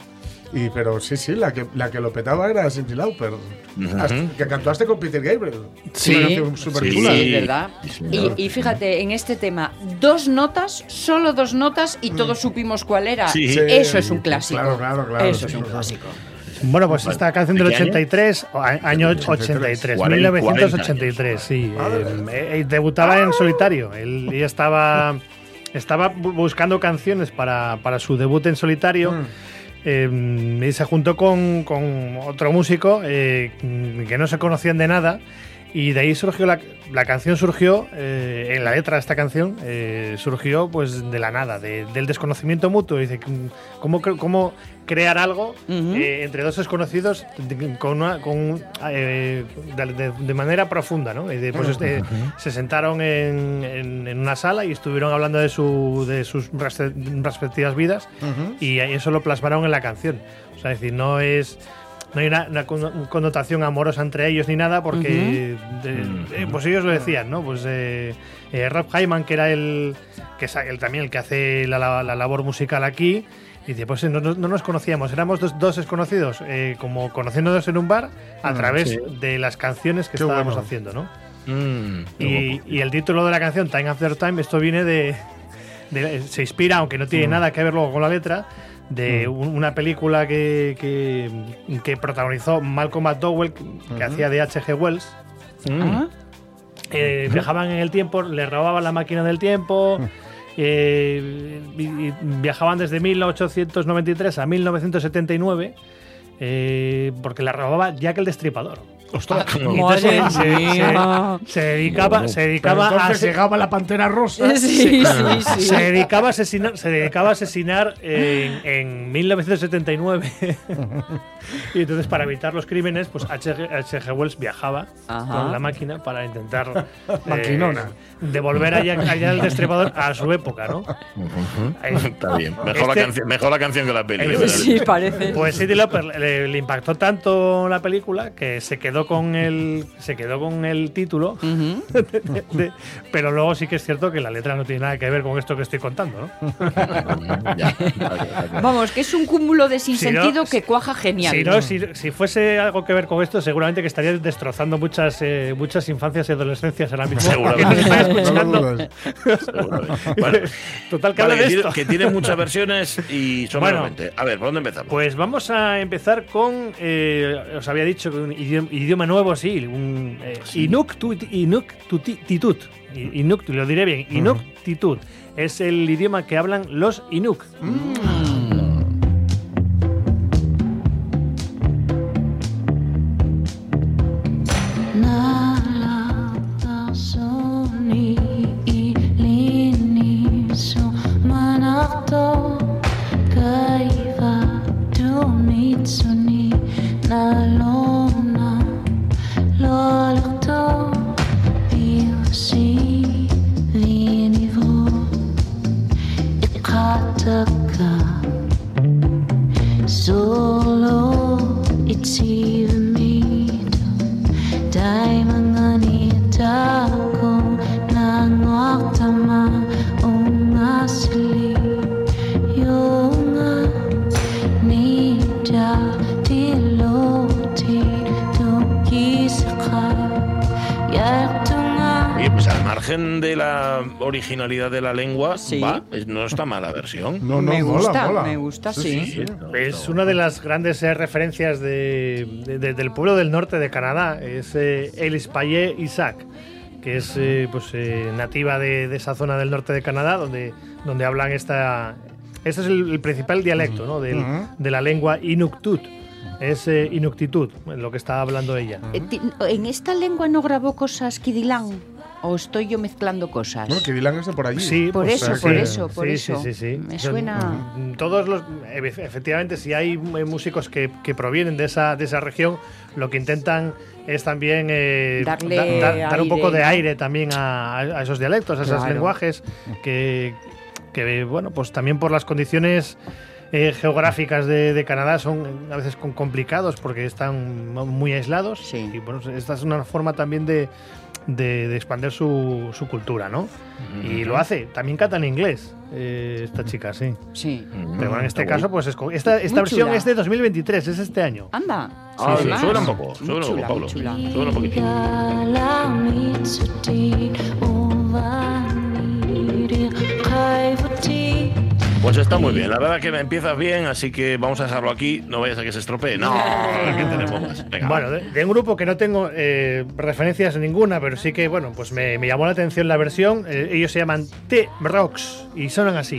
Y, pero sí, sí, la que, la que lo petaba era Cyndi Lauper. Ujú. Hasta que cantaste con Peter Gabriel. Sí, Una canción súper sí, chula. Sí, ¿verdad? Sí, señor. Y, y fíjate, en este tema, dos notas, solo dos notas y todos supimos cuál era. Sí. Sí, Eso es un clásico. Claro, claro, claro. Eso es Sí, un sí. clásico. Bueno, pues Vale. esta canción del ¿De qué año? ochenta y tres, o a- año ochenta y tres, cuarenta, mil novecientos ochenta y tres, sí. Eh, eh, debutaba en solitario. Él ya estaba, estaba bu- buscando canciones para, para su debut en solitario. Mm. Eh, y se juntó con, con otro músico eh, que no se conocían de nada. Y de ahí surgió la, la canción surgió, eh, en la letra de esta canción, eh, surgió pues de la nada, de- del desconocimiento mutuo. Dice, ¿cómo, cre- cómo crear algo Ujú. eh, entre dos desconocidos de- con una- con, eh, de, de- de manera profunda, ¿no? Y de- pues, este, se sentaron en, en- en una sala y estuvieron hablando de, su, de sus respe- respectivas vidas Ujú. y eso lo plasmaron en la canción. O sea, es decir, no es... No hay una, una con- connotación amorosa entre ellos ni nada, porque de- eh, pues ellos lo decían, ¿no? Pues eh, eh, Rob Hyman, que era el que es el, también el que hace la, la- la labor musical aquí, dice, pues no, no- no nos conocíamos, éramos dos, dos desconocidos, eh, como conociéndonos en un bar a través sí. de las canciones que Qué estábamos bueno. haciendo, ¿no? Mm, Y, y el título de la canción, Time After Time, esto viene de, de- se inspira, aunque no tiene nada que ver luego con la letra, de un- una película que, que, que protagonizó Malcolm McDowell, que, que hacía de H G Wells. Ah, Eh, viajaban en el tiempo, le robaban la máquina del tiempo. eh, y- y viajaban desde mil ochocientos noventa y tres a mil novecientos setenta y nueve, eh, porque la robaba Jack el Destripador. Ostras, Y entonces Madre se, mía. se- se dedicaba, se Pero dedicaba a entonces ase- llegaba la Pantera Rosa. Sí, sí, sí. se dedicaba a asesinar, se dedicaba a asesinar en, en mil novecientos setenta y nueve. Y entonces, para evitar los crímenes, pues H G Wells viajaba Ajá. con la máquina para intentar eh, Maquinona. devolver a Jack, a Jack el Destripador a su época, ¿no? Ahí. está bien. Mejor, la Este- canción, mejor la canción que la peli. El- ¿verdad? Sí, parece. Pues Cyndi Lauper le, le impactó tanto la película que se quedó con el se quedó con el título. Ujú. de- de- pero luego sí que es cierto que la letra no tiene nada que ver con esto que estoy contando, ¿no? Ya, ya, ya. Vamos, que es un cúmulo de Si no- sinsentido que cuaja genial. Si, no, si, si fuese algo que ver con esto, seguramente que estaría destrozando muchas eh, muchas infancias y adolescencias ahora mismo. Seguramente. Que nos están No lo escuchando. dudes. Seguramente. Bueno, Total, que vale, habla que, de tiene, esto. que tiene muchas versiones y son Bueno. realmente. A ver, ¿por dónde empezamos? Pues vamos a empezar con, eh, os había dicho que un idioma, idioma nuevo, sí, un eh, Inuktitut, Inuktitut, Inukt, lo diré bien, Inuktitut, es el idioma que hablan los Inuk. Solo itivamito Dahil mga nita ko Nangwaktama ungasili Yunga nida tiloti Tukisaka Yaktunga Oye, pues al margen de la originalidad de la lengua, Sí. va, es- no está mala versión. No, no, me mola, gusta, mola. me gusta, sí. Sí, Es una de las grandes eh, referencias de, de- de- del pueblo del norte de Canadá, es eh, Elis Payé Isaac, que es eh, pues, eh, nativa de, de esa zona del norte de Canadá, donde, donde hablan esta... Este es el, el principal dialecto, ¿no? del- Ujú. de la lengua Inuktitut. Es eh, Inuktitut, lo que está hablando ella. Eh, ti- ¿En esta lengua no grabó cosas Kidilán? ¿O estoy yo mezclando cosas? Bueno, que Dylan es de por allí. Sí, Por pues, eso, o sea por que- eso, por sí, eso. Sí, sí, sí. Me Son- suena- mm, Todos los. efe- Efectivamente, si hay eh, músicos que, que provienen de esa, de esa región, lo que intentan es también eh, Darle da- da- dar un poco aire, de ¿no? aire también a, a esos dialectos, a esos Claro. lenguajes que, que, bueno, pues también por las condiciones eh, geográficas de, de Canadá son a veces con- complicados porque están muy aislados. Sí. Y bueno, esta es una forma también de de, de expandir su, su cultura, ¿no? Uh-huh. Y lo hace, también canta en inglés eh, esta chica, sí. Sí. Pero bueno, en este caso, pues es, esta, esta versión chula. Es de dos mil veintitrés, es este año. Anda. Ah, sí, sí. Suena un poco, suena un poco, Pablo. Suena un poquitín. Pues está muy bien, la verdad que empiezas bien, así que vamos a dejarlo aquí, no vayas a que se estropee. No, ¿qué tenemos más? Venga. Bueno, de, de un grupo que no tengo eh, referencias ninguna, pero sí que, bueno, pues me, me llamó la atención la versión. Eh, ellos se llaman T-Rocks y sonan así.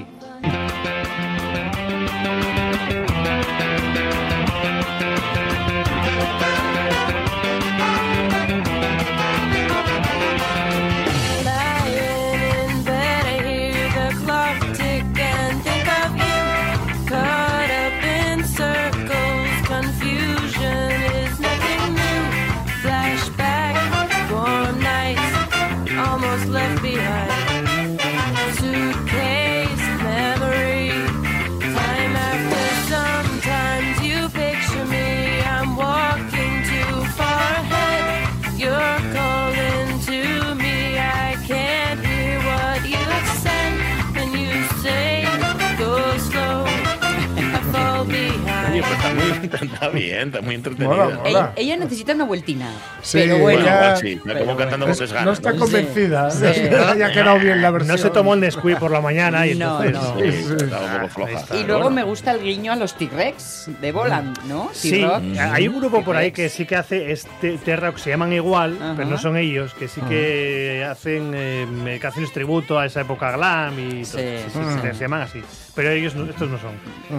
Está muy, está bien, está muy entretenida. Mola, mola. Ella, ella necesita una vueltina. Sí, pero bueno, ella, sí, pero como cantando bueno. con desganas. No está ¿no? convencida. Sí. Sí. Ya ha quedado bien la versión. No se tomó el Nesquik por la mañana y No, entonces... no. Sí, Sí. estaba un poco floja. Y luego me gusta el guiño a los T-Rex de Voland, ¿no? Sí, T-Rock. hay un grupo por ahí T-Rex. que sí que hace este T-Rock, se llaman igual, Ajá. pero no son ellos, que sí que hacen eh, canciones tributo a esa época glam y todo. Sí. Sí, sí, sí, se llaman así. Pero ellos no- estos no son.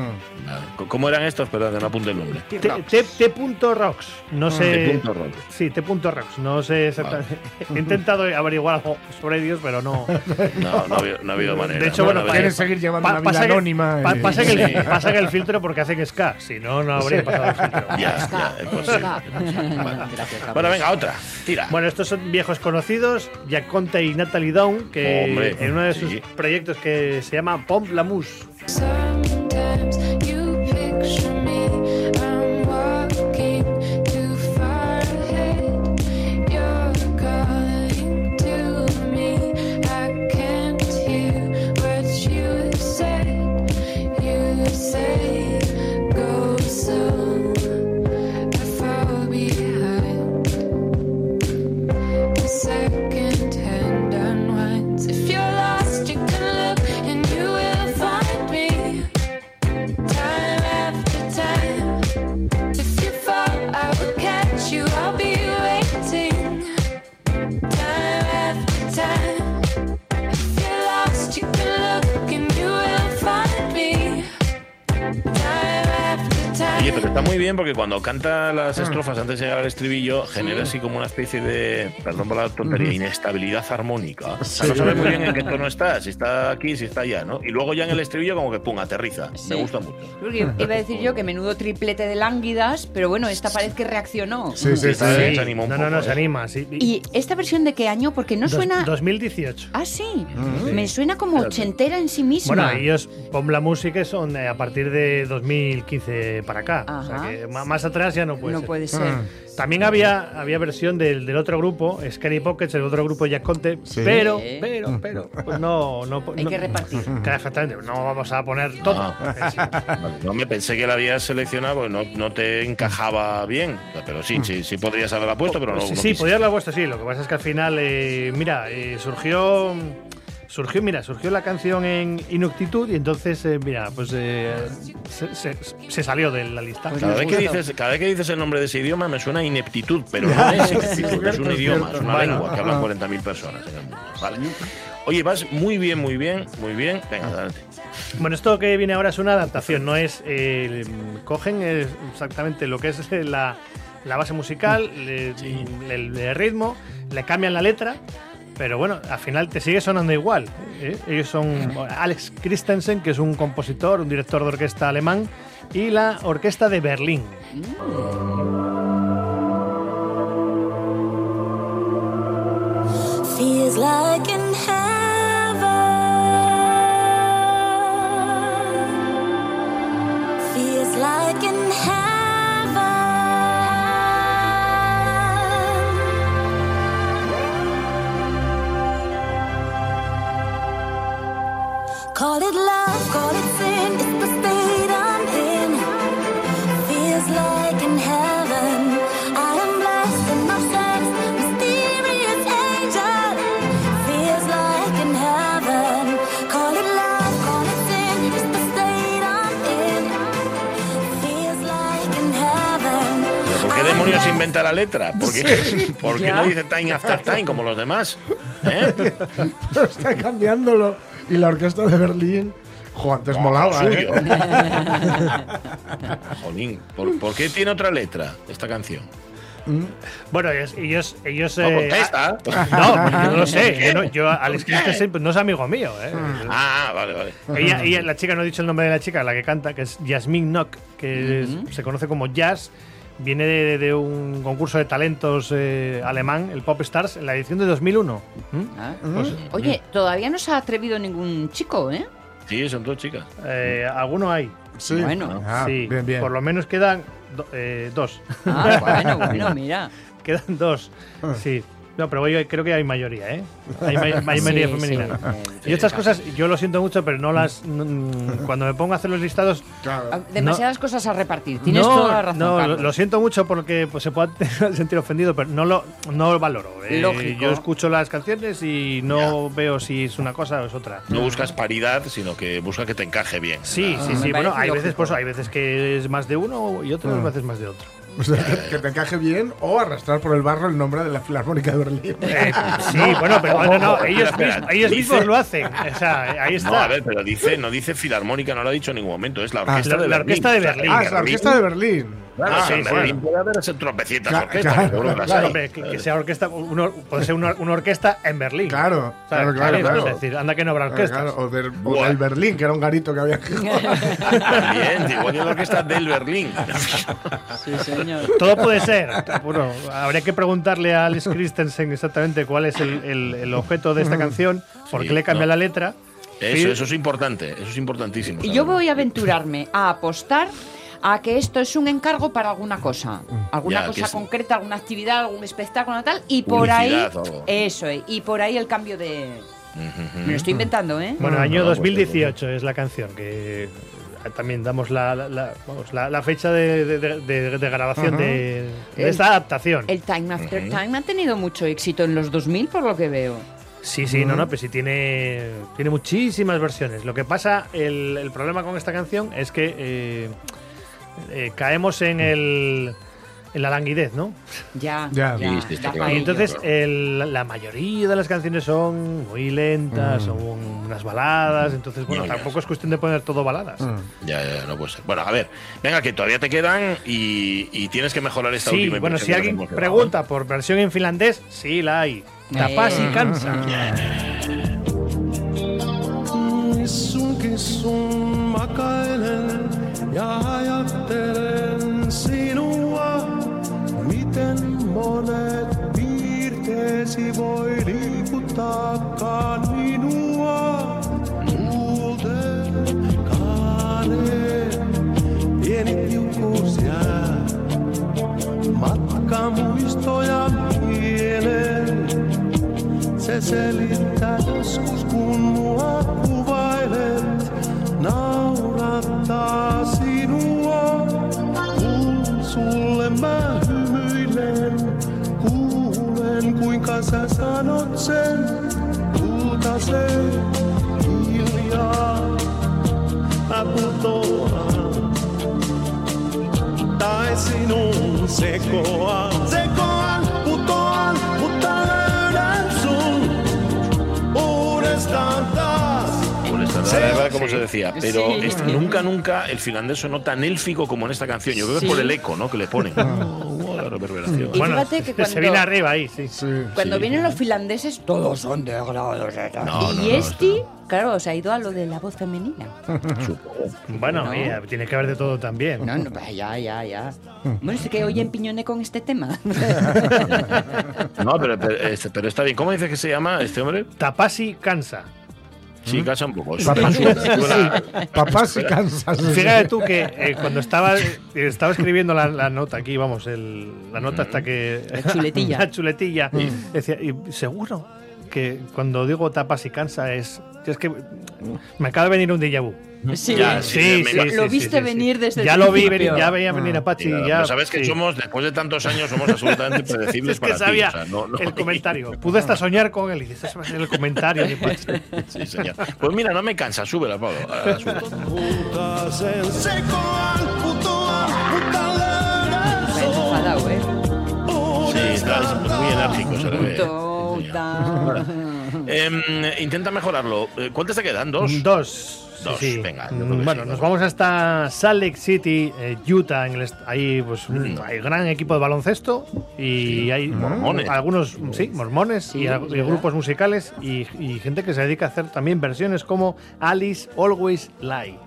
Vale. ¿Cómo eran estos? Perdón, que no apunte el nombre. T- T- T.Rocks, no sé. T.Rocks. Sí, T.Rocks, no sé exactamente. He intentado averiguar algo sobre ellos, pero no. No, no ha habido, no ha habido manera. De hecho, No, bueno, no ha habido- Quieren seguir llevando Pa- una vida pasa que- anónima. pa- y- pasa, que el, Sí. pasa que el filtro porque hacen ska, si no, no habría pasado el filtro. Ya, ya, es posible. Vale. Gracias, Carlos. Bueno, venga, otra. Tira. Bueno, estos son viejos conocidos, Jack Conte y Natalie Dawn, que Hombre, en uno de sus sí. proyectos que se llama Pomp la Mousse. Sometimes you picture me, I'm walking too far ahead. You're calling to me, I can't hear what you said. You say go slow, I fall behind. The second hand unwinds. If you're lost, you can look and you will find me. Time after time. If you fall, I will catch you. I'll be waiting. Time after time. If you're lost, you can look and you will find me. Time after time. Oye, pero está muy bien porque cuando canta las estrofas antes de llegar al estribillo, genera así como una especie de, perdón por la tontería, inestabilidad armónica. O sea, no sabes muy bien en qué tono está, si está aquí, si está allá, ¿no? Y luego ya en el estribillo como que pum, aterriza. Sí. Me gusta mucho. Porque iba a decir yo que menudo triplete de lánguidas, pero bueno, esta parece que reaccionó. Sí, sí, sí. Esta vez se anima un no, no, poco, no, ¿eh? se anima. Sí. ¿Y esta versión de qué año? Porque no Dos- suena... dos mil dieciocho. Ah, sí. Me suena como ochentera en sí misma. Bueno, ellos, Pomp la Música, son eh, a partir de dos mil quince para acá. O sea Ajá. que ma- más atrás ya no puede no ser. puede ser. También había, había versión del, del otro grupo, Scary Pockets, el otro grupo Jack Conte, Sí. pero, Sí. pero, pero, pues no, no, Hay no- que repartir. Claro, exactamente, no vamos a poner todo. Ah. Vale, no me pensé que la habías seleccionado porque no, no te encajaba bien. Pero sí, sí, sí podrías haberla puesto, pero no. sí, no sí, quise. podía haberla puesto, sí. Lo que pasa es que al final, eh, mira, eh, surgió. Surgió, mira, surgió la canción en Inuctitud y entonces, eh, mira, pues eh, se, se- se salió de la lista. Cada vez, que dices, cada vez que dices el nombre de ese idioma me suena a ineptitud, pero no es ineptitud, es un idioma, es una Bueno. lengua que hablan cuarenta mil personas en el mundo. Vale. Oye, vas muy bien, muy bien, muy bien. Venga, adelante. Bueno, esto que viene ahora es una adaptación, no es. Eh, cogen eh, exactamente lo que es la, la base musical, le- el, el ritmo, le cambian la letra. Pero bueno, al final te sigue sonando igual. ¿eh? Ellos son Alex Christensen, que es un compositor, un director de orquesta alemán, y la Orquesta de Berlín. Feels like in heaven. Feels like in heaven. Call it love, call it sin, it's the state I'm in. Feels like in heaven, I am blessed in my sex, mysterious angel. Feels like in heaven, call it love, call it sin, it's the state I'm in. Feels like in heaven. ¿Por qué demonios inventa la letra? ¿Por qué, ¿por qué no dice time after time como los demás? ¿Eh? Está cambiándolo. Y la orquesta de Berlín, jo, antes Oh, molaba, suyo. ¿eh? Jolín, ¿por, ¿por qué tiene otra letra esta canción? Bueno, ellos. ellos, ellos No, eh, contesta. No, yo no lo sé. Yo, no, yo Alex Christensen pues, no es amigo mío. ¿eh? Ah, vale, vale. Ella, ella, la chica, no he dicho el nombre de la chica, la que canta, que es Yasmin Nock, que Ujú. es- se conoce como Jazz. Viene de, de un concurso de talentos eh, alemán, el Pop Stars, en la edición de dos mil uno. ¿Mm? Ah. Pues, Oye, todavía no se ha atrevido ningún chico, ¿eh? Sí, son dos chicas. eh, alguno hay. Sí. Bueno. Ah, sí, bien, bien. por lo menos quedan do- eh, dos. Ah, bueno, bueno, mira. Quedan dos. Sí. No, pero yo creo que hay mayoría, ¿eh? Hay, ma- hay mayoría Sí, femenina. sí. Y estas cosas, yo lo siento mucho, pero no las. mm, Cuando me pongo a hacer los listados. Claro. Ah, Demasiadas cosas a repartir. Tienes no, toda la razón, no, lo, Carlos. lo siento mucho porque pues, se puede sentir ofendido, pero no lo, no lo valoro. Eh, Lógico. Yo escucho las canciones y no veo si es una cosa o es otra. No buscas paridad, sino que buscas que te encaje bien. Sí, Ah, sí, me sí. Bueno, parece hay veces, lógico. pues, hay veces que es más de uno y otras Ah. veces más de otro. O sea, que, que te encaje bien o arrastrar por el barro el nombre de la Filarmónica de Berlín. Eh, sí, bueno, pero bueno, no, ellos, Espera, mismos, ellos dice- mismos lo hacen. O sea, ahí está. No, a ver, pero dice, no dice filarmónica, no lo ha dicho en ningún momento, es la orquesta la- de la Berlín. orquesta de Berlín. Ah, es la orquesta de Berlín. Claro, Ah, sí, en bueno. Berlín puede haber ese tropecientas Claro, orquestas, claro, seguro que las claro. hay. Hombre, que, que sea orquesta, uno- puede ser una, una orquesta en Berlín. Claro, O sea, claro, claro, ¿sabes? claro. Es decir, anda que no habrá Claro, orquestas. claro, o, del, o Buah. del Berlín, que era un garito que había que También, igual que la orquesta del Berlín. Sí, señor. Todo puede ser. Bueno, habría que preguntarle a Alex Christensen exactamente cuál es el, el- el objeto de esta canción, por qué Sí, le cambia no. la letra. Eso, Sí. eso es importante, eso es importantísimo. Y saberlo. yo voy a aventurarme a apostar a que esto es un encargo para alguna cosa. Alguna Ya, que cosa es- concreta, alguna actividad, algún espectáculo tal. Y por ahí. Publicidad o algo. Eso es. Y por ahí el cambio de. Ujú. Me lo estoy inventando, ¿eh? Bueno, año no, pues, dos mil dieciocho es la canción que eh, también damos la, la, la- vamos, la, la fecha de, de- de- de- de grabación de, de El- esta adaptación. El Time After Time ha tenido mucho éxito en los dos mil, por lo que veo. Sí, sí, no, no, pues sí tiene, tiene muchísimas versiones. Lo que pasa, el, el problema con esta canción es que eh, eh, caemos en el en la languidez, ¿no? Ya, Ya. ya. Sí, sí, está da claro. Y paello. entonces claro. el- la mayoría de las canciones son muy lentas, son unas baladas, entonces bueno, Ñoñas. tampoco es cuestión de poner todo baladas. Ya, ya, no puede ser. Bueno, a ver, venga, que todavía te quedan y, y tienes que mejorar esta Sí, última bueno, impresión si que alguien hacemos, que pregunta por versión en finlandés, sí la hay. Tapas y Eh. cansa. Kissun, kissun, makailen ja ajattelen sinua. Miten monet piirteesi voi liikuttaakaan minua. Tuulten kaaneen pieni piukkuus jää. Matkamuistoja mieleen. Se selittää joskus, kun mua kuvailet, naurattaa sinua. Kun sulle mä hymyilen, kuulen kuinka sä sanot sen. Kultaisen hiljaa mä putoan, tai sinun sekoan. Sekoan, putoan, mutta löydän sun uudestaan taas. Molesta, la verdad, como se decía, pero Sí. este- nunca, nunca el finlandés sonó tan élfico como en esta canción. Yo creo que Sí. es por el eco, ¿no? Que le ponen. Oh, la reverberación. Y Bueno, fíjate que se viene cuando- arriba ahí, sí. Sí. Cuando Sí. vienen los finlandeses, todos son de grados. No, y no, no, este, claro, se ha ido a lo de la voz femenina. Supongo. Bueno, No. mira, tiene que haber de todo también. No, no, pues ya, ya, ya. Bueno, es que hoy empiñoné con este tema. No, pero, pero, este, pero está bien. ¿Cómo dices que se llama este hombre? Tapasi cansa. Sí, casa un poco. Papá, Suena- suena- sí. Papá sí cansa. sí, sí. Fíjate tú que eh, cuando estaba, eh, estaba escribiendo la, la nota aquí, vamos, el- la nota hasta que. La chuletilla. La chuletilla. Decía, y seguro que cuando digo tapas y cansa es que es que me acaba de venir un déjà vu. Sí, Ya, sí, sí, sí, me- lo, lo sí, viste sí, sí. venir desde Ya el lo vi principio. venir, ya veía venir a Pachi. Mira, ya, pero sabes que sí. somos, después de tantos años, somos absolutamente predecibles Es que para sabía ti. O sea, no- no- el comentario. Pude hasta soñar con él y dices, ese va a ser el comentario de Pachi. Sí, señor. Pues mira, no me cansa, súbela, Pablo. Ah, súbela. Putas en seco al puto al putalera. Me he enfadado, ¿eh? Sí, está muy enérgico, se le ve. Toda. Em, intenta mejorarlo. Eh, ¿Cuántas te quedan? ¿Dos? Dos. Dos, Sí, sí. venga, yo creo que Mm, Bueno, sí, nos ¿no? vamos hasta Salt Lake City, eh, Utah. En el est- ahí pues, un- Mm. hay gran equipo de baloncesto y hay mormones. algunos, sí, mormones Sí, y, es al- y verdad. grupos musicales y, y gente que se dedica a hacer también versiones como Alice Always Lie.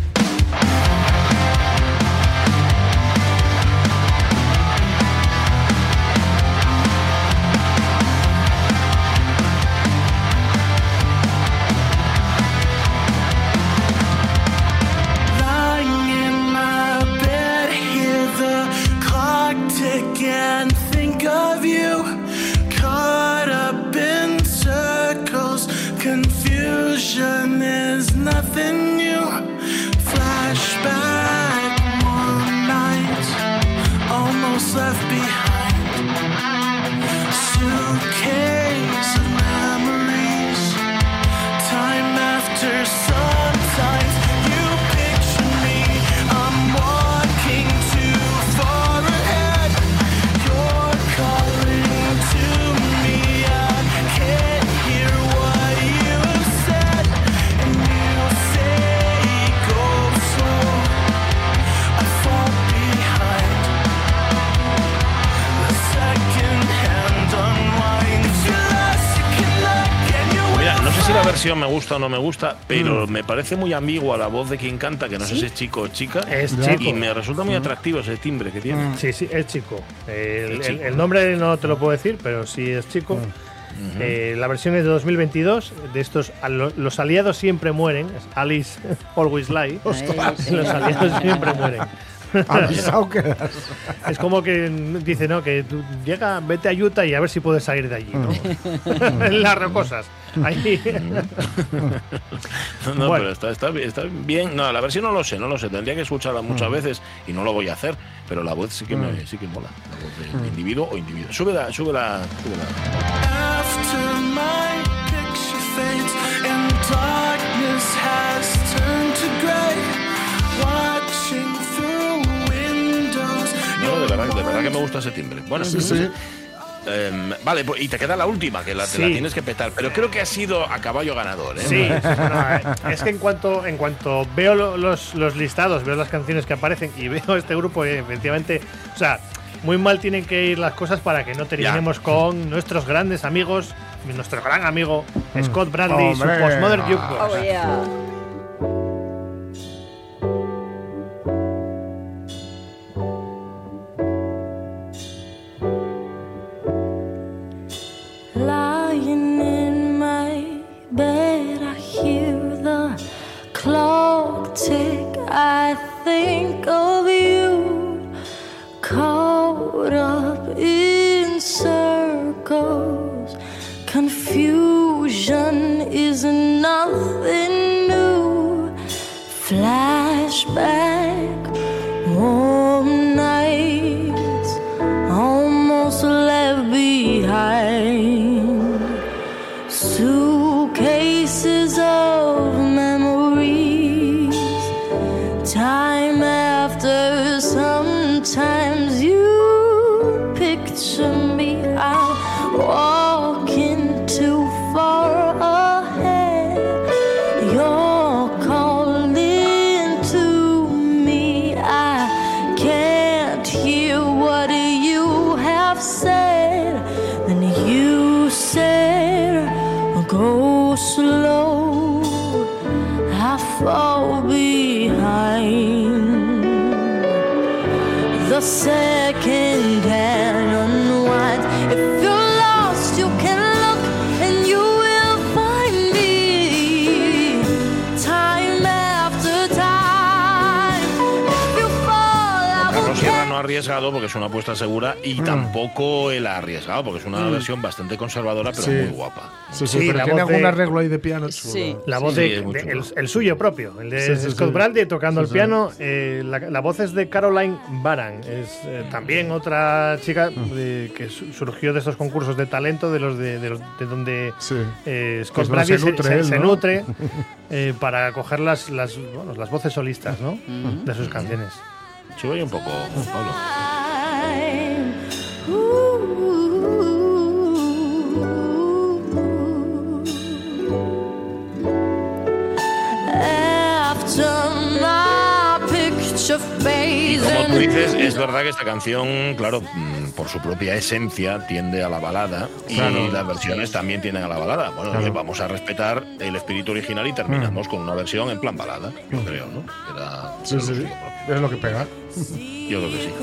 Lying in my bed, hear the clock tick and think of you. Caught up in circles, confusion is nothing new. Flashback, one night, almost left behind. Suitcase of memories, time after sometimes you picture me. I'm walking too far ahead. You're calling to me. I can't hear what you have said. And you say go slow. I fall behind. The second hand unwinds. You're lost, you can look and you will. Mira, no sé si la versión me gusta o no me gusta, pero me parece muy ambigua la voz de quien canta, que no sé si es chico o chica. Es y chico. me resulta muy atractivo ese timbre que tiene. Sí, sí, es chico. El, Es chico. el- el nombre no te lo puedo decir, pero sí es chico. Eh, la versión es de dos mil veintidós. De estos, a lo- los aliados siempre mueren. Es Alice Always Lie. Ostras. Los aliados siempre mueren. Avisado quedas. Es como que dice, ¿no? Que tú llega, vete a Utah y a ver si puedes salir de allí, ¿no? Las rocosas. Ahí. No, no, Bueno. pero está, está, está bien. No, la versión no lo sé, no lo sé. Tendría que escucharla muchas veces y no lo voy a hacer, pero la voz sí que, me, sí que mola. La voz de individuo o individuo. Súbela, súbela, súbela. After my picture fades and darkness has turned to gray, watching through windows. No, de verdad, de verdad que me gusta ese timbre. Bueno, Sí, sí. em, vale, pues, y te queda la última, que la, te la Sí. tienes que petar. Pero creo que ha sido a caballo ganador, ¿eh? Sí, bueno, eh, es que en cuanto, en cuanto veo lo- los, los listados, veo las canciones que aparecen y veo este grupo, eh, efectivamente, o sea, muy mal tienen que ir las cosas para que no terminemos con nuestros grandes amigos, nuestro gran amigo Scott Bradley y su Hombre. Postmodern Jukebox. Oh, yeah. Lying in my bed, I hear the clock tick. I think of you, caught up in circles. Confusion is nothing new. Flashback, warm nights, almost left behind. Suitcases of memories. Time after sometimes you picture me. I'm walking too far ahead. You're calling to me. I can't hear what you have said. Then you said, go slow. I fall behind. The second hand unwinds. If you're lost, you can look and you will find me. Time after time. If you fall, I will Carlos Sierra no catch arriesgado porque es una apuesta segura y mm. tampoco el arriesgado porque es una mm. versión bastante conservadora pero sí. muy guapa. Sí, sí, sí pero tiene algún de... arreglo ahí de piano. Sí. La voz sí, de, de el, el suyo propio, el de sí, sí, Scott sí. Bradley tocando sí, el piano. Sí. Eh, la, la voz es de Caroline Baran, es eh, también otra chica de, que surgió de estos concursos de talento de los de, de, los, de donde sí. eh, Scott Bradley se nutre, se, él, se, ¿no? se nutre eh, para coger las, las, bueno, las voces solistas, ¿no? Mm-hmm. De sus canciones. Sube un poco, Pablo. Y como tú dices, es verdad que esta canción, claro, por su propia esencia tiende a la balada y claro. las versiones también tienden a la balada. Bueno, claro. vamos a respetar el espíritu original y terminamos mm. con una versión en plan balada, yo creo, ¿no? Era, sí, sí, sí. Es lo que pega. Yo creo que sí.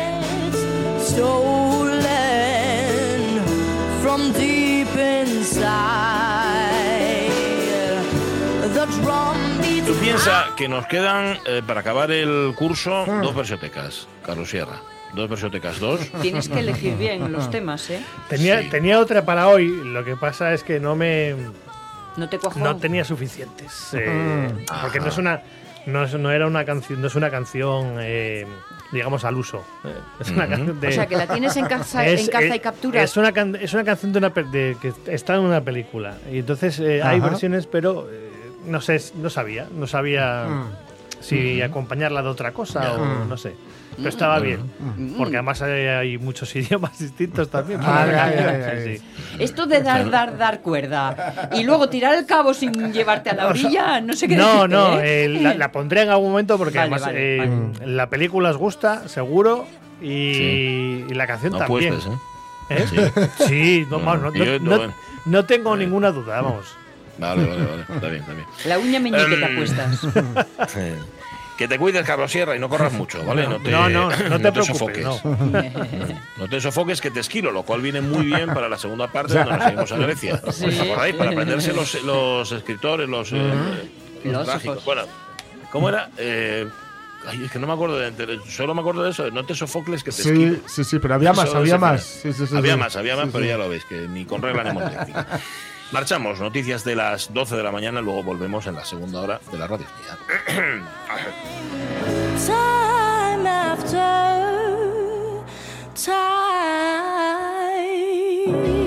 Tú piensas que nos quedan, eh, para acabar el curso, mm. dos versiotecas, Carlos Sierra. Dos versiotecas, dos. Tienes que elegir bien los temas, ¿eh? Tenía, sí. tenía otra para hoy, lo que pasa es que no me... No te cuajó. No tenía suficientes. Eh, mm. Porque no es una... No, es, no era una canción, no es una canción, eh, digamos, al uso. Eh, es una mm-hmm. canción de, o sea, que la tienes en caza, es, en caza es, y captura. Es una, can, es una canción de una de, que está en una película. Y entonces eh, hay versiones, pero eh, no sé, no sabía. No sabía mm. si mm-hmm. acompañarla de otra cosa yeah. o no sé. Pero estaba bien, porque además hay, hay muchos idiomas distintos también. Ah, ay, ay, ay, sí. Esto de dar, dar, dar cuerda y luego tirar el cabo sin llevarte a la orilla, no sé qué No, decirte, no, ¿eh? eh, la, la pondré en algún momento porque vale, además vale, eh, vale. la película os gusta, seguro, y, sí. y la canción no también. Apuestas, ¿eh? ¿Eh? Sí, sí no, no, no, no, no, no tengo vale. ninguna duda, vamos. Vale, vale, vale, está bien, está bien. La uña meñique um, te apuestas. Que te cuides, Carlos Sierra, y no corras mucho, ¿vale? No te, no, no, no, no te, te preocupes, sofoques. No. no te sofoques, que te esquilo, lo cual viene muy bien para la segunda parte donde nos seguimos a Grecia. Sí. ¿Os acordáis? Para aprenderse los, los escritores, los, eh, los trágicos. Bueno, ¿cómo era? Eh, Ay, es que no me acuerdo de, de, solo me acuerdo de eso, no te sofocles que te sí, esquilo. Sí, sí, pero había más, había más. Sí, sí, sí, había sí. más, había más, sí, pero sí. ya lo veis, que ni con regla ni con técnica. Marchamos, noticias de las doce de la mañana, luego volvemos en la segunda hora de la radio. Time after time.